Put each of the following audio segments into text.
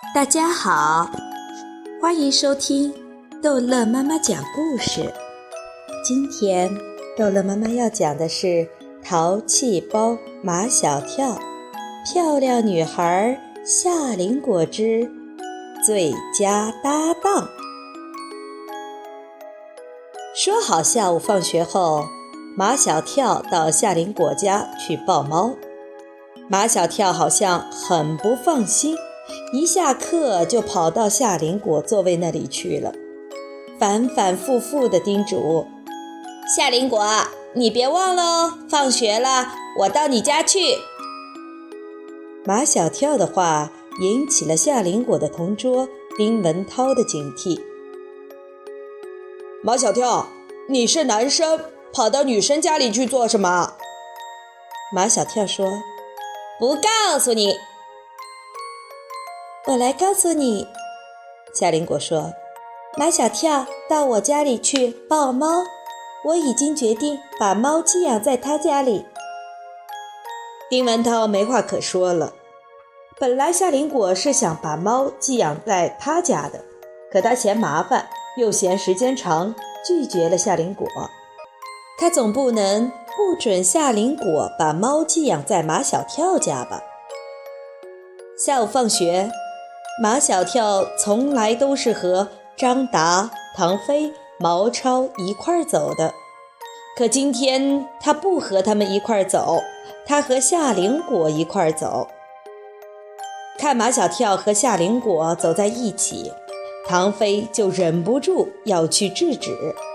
大家好，欢迎收听逗乐妈妈讲故事。今天逗乐妈妈要讲的是淘气包马小跳，漂亮女孩夏林果之最佳搭档。说好下午放学后，马小跳到夏林果家去抱猫。马小跳好像很不放心，一下课就跑到夏林果座位那里去了，反反复复地叮嘱：夏林果，你别忘了哦，放学了我到你家去。马小跳的话引起了夏林果的同桌丁文涛的警惕。 马小跳，你是男生，跑到女生家里去做什么？ 马小跳说：不告诉你。我来告诉你。夏林果说：马小跳到我家里去抱猫，我已经决定把猫寄养在他家里。丁文涛没话可说了。本来夏林果是想把猫寄养在他家的，可他嫌麻烦又嫌时间长，拒绝了夏林果。他总不能不准夏林果把猫寄养在马小跳家吧。下午放学，马小跳从来都是和张达、唐飞、毛超一块走的，可今天他不和他们一块走，他和夏林果一块走。看马小跳和夏林果走在一起，唐飞就忍不住要去制止。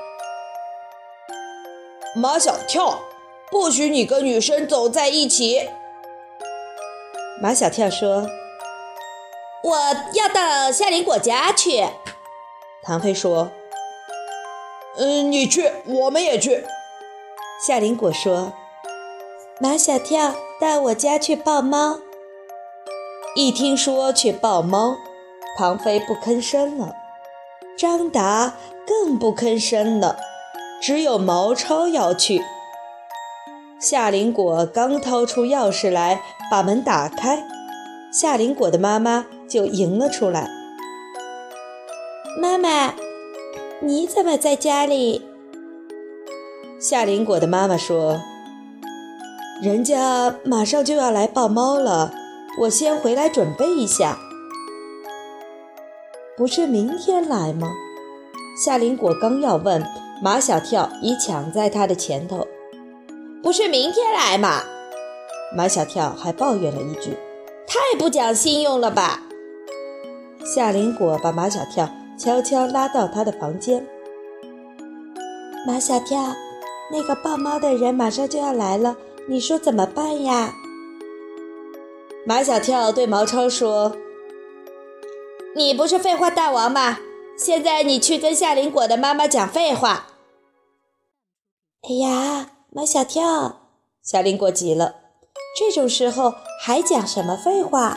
马小跳，不许你跟女生走在一起。 马小跳说：我要到夏林果家去。唐飞说： 你去，我们也去。 夏林果说：马小跳到我家去抱猫。一听说去抱猫，唐飞不吭声了，张达更不吭声了，只有毛超要去。夏林果刚掏出钥匙来把门打开，夏林果的妈妈就迎了出来。妈妈，你怎么在家里？夏林果的妈妈说：人家马上就要来抱猫了，我先回来准备一下。不是明天来吗？夏林果刚要问，马小跳已抢在他的前头。不是明天来吗？马小跳还抱怨了一句：太不讲信用了吧。夏林果把马小跳悄悄拉到他的房间。马小跳，那个抱猫的人马上就要来了，你说怎么办呀？马小跳对毛超说：你不是废话大王吗？现在你去跟夏林果的妈妈讲废话。哎呀，马小跳，夏林果急了，这种时候还讲什么废话？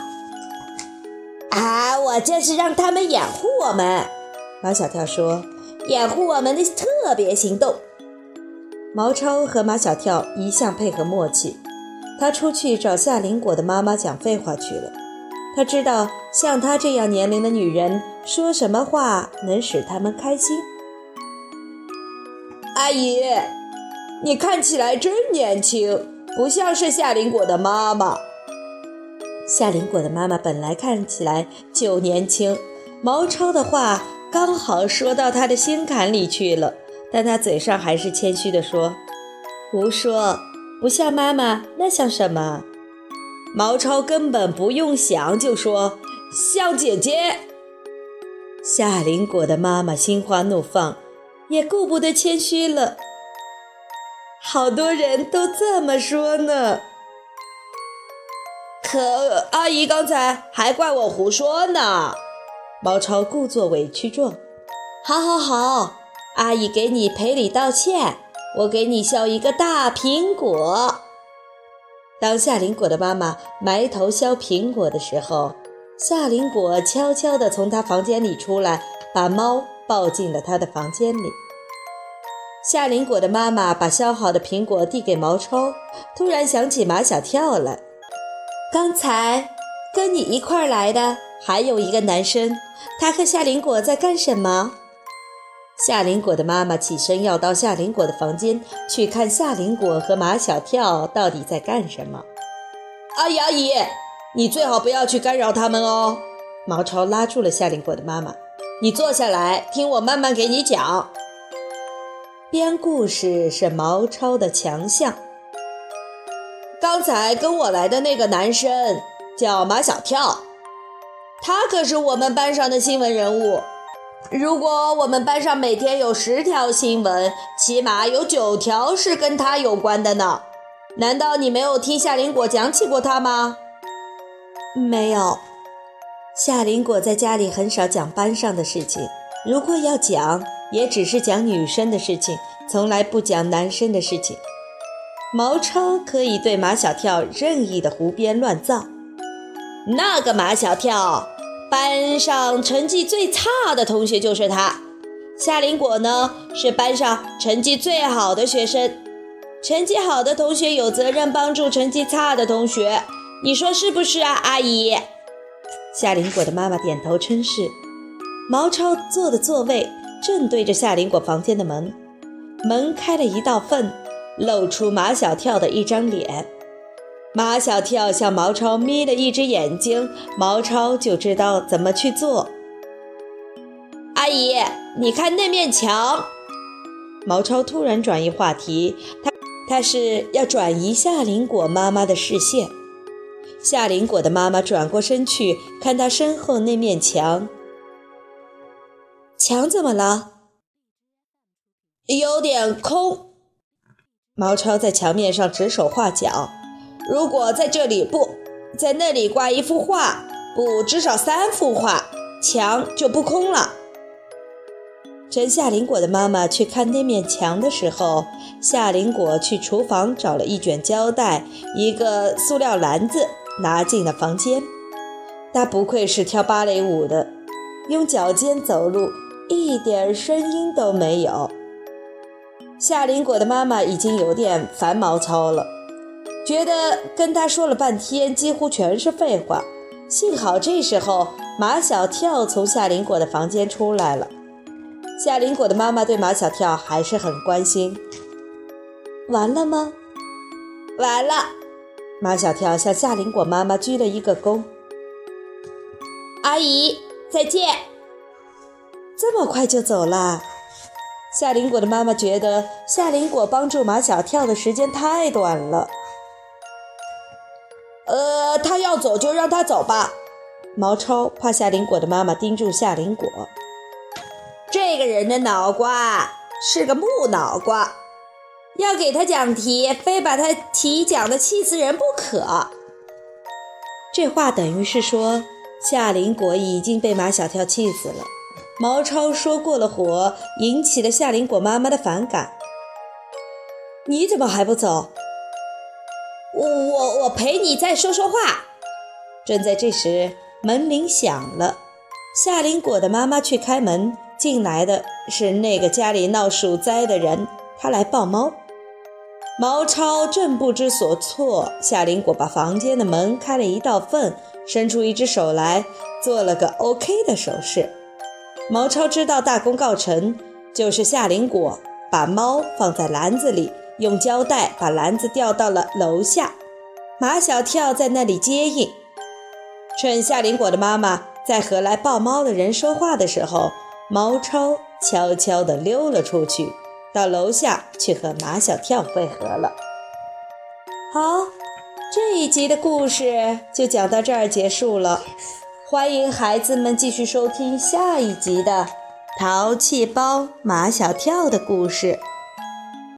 我这是让他们掩护我们。马小跳说：掩护我们的特别行动。毛超和马小跳一向配合默契，他出去找夏林果的妈妈讲废话去了。他知道像他这样年龄的女人说什么话能使他们开心。 阿姨，你看起来真年轻，不像是夏林果的妈妈。 夏林果的妈妈本来看起来就年轻，毛超的话刚好说到他的心坎里去了，但他嘴上还是谦虚地说：胡说，不像妈妈，那像什么？毛超根本不用想就说：像姐姐。夏林果的妈妈心花怒放，也顾不得谦虚了。好多人都这么说呢。 可阿姨刚才还怪我胡说呢。 毛超故作委屈状。好好好，阿姨给你赔礼道歉，我给你削一个大苹果。当夏林果的妈妈埋头削苹果的时候，夏林果悄悄地从她房间里出来，把猫抱进了她的房间里。夏林果的妈妈把削好的苹果递给毛超，突然想起马小跳来。刚才跟你一块来的还有一个男生，他和夏林果在干什么？夏林果的妈妈起身要到夏林果的房间去看夏林果和马小跳到底在干什么。 阿姨，你最好不要去干扰他们哦。 毛超拉住了夏林果的妈妈， 你坐下来，听我慢慢给你讲。 编故事是毛超的强项。 刚才跟我来的那个男生叫马小跳，他可是我们班上的新闻人物。如果我们班上每天有10条新闻，起码有9条是跟他有关的呢。难道你没有听夏林果讲起过他吗？ 没有，夏林果在家里很少讲班上的事情，如果要讲，也只是讲女生的事情，从来不讲男生的事情。毛超可以对马小跳任意的胡编乱造。 那个马小跳，班上成绩最差的同学就是他。夏林果呢，是班上成绩最好的学生。成绩好的同学有责任帮助成绩差的同学，你说是不是啊，阿姨？ 夏林果的妈妈点头称是。毛超坐的座位正对着夏林果房间的门，门开了一道缝，露出马小跳的一张脸。马小跳向毛超眯了一只眼睛，毛超就知道怎么去做。 阿姨，你看那面墙。 毛超突然转移话题，他是要转移夏林果妈妈的视线。夏林果的妈妈转过身去，看他身后那面墙。墙怎么了？ 有点空。 毛超在墙面上指手画脚。 如果在这里不，在那里挂一幅画，不，至少3幅画，墙就不空了。 趁夏林果的妈妈去看那面墙的时候，夏林果去厨房找了一卷胶带，一个塑料篮子，拿进了房间。他不愧是跳芭蕾舞的，用脚尖走路，一点声音都没有。夏林果的妈妈已经有点烦毛超了，觉得跟他说了半天几乎全是废话。幸好这时候马小跳从夏林果的房间出来了。夏林果的妈妈对马小跳还是很关心。完了吗？ 完了。 马小跳向夏林果妈妈鞠了一个躬。 阿姨，再见。 这么快就走了？夏林果的妈妈觉得夏林果帮助马小跳的时间太短了。 他要走就让他走吧。 毛超怕夏林果的妈妈盯住夏林果。 这个人的脑瓜是个木脑瓜，要给他讲题，非把他题讲的气死人不可。 这话等于是说夏林果已经被马小跳气死了。毛超说过了火，引起了夏林果妈妈的反感。你怎么还不走？ 我陪你再说说话。 正在这时，门铃响了。夏林果的妈妈去开门，进来的是那个家里闹鼠灾的人，他来抱猫。毛超正不知所措，夏林果把房间的门开了一道缝，伸出一只手来，做了个 OK 的手势。毛超知道大功告成，就是夏林果把猫放在篮子里，用胶带把篮子吊到了楼下。马小跳在那里接应。趁夏林果的妈妈在和来抱猫的人说话的时候，毛超悄悄地溜了出去，到楼下去和马小跳会合了。好，这一集的故事就讲到这儿结束了。欢迎孩子们继续收听下一集的淘气包马小跳的故事。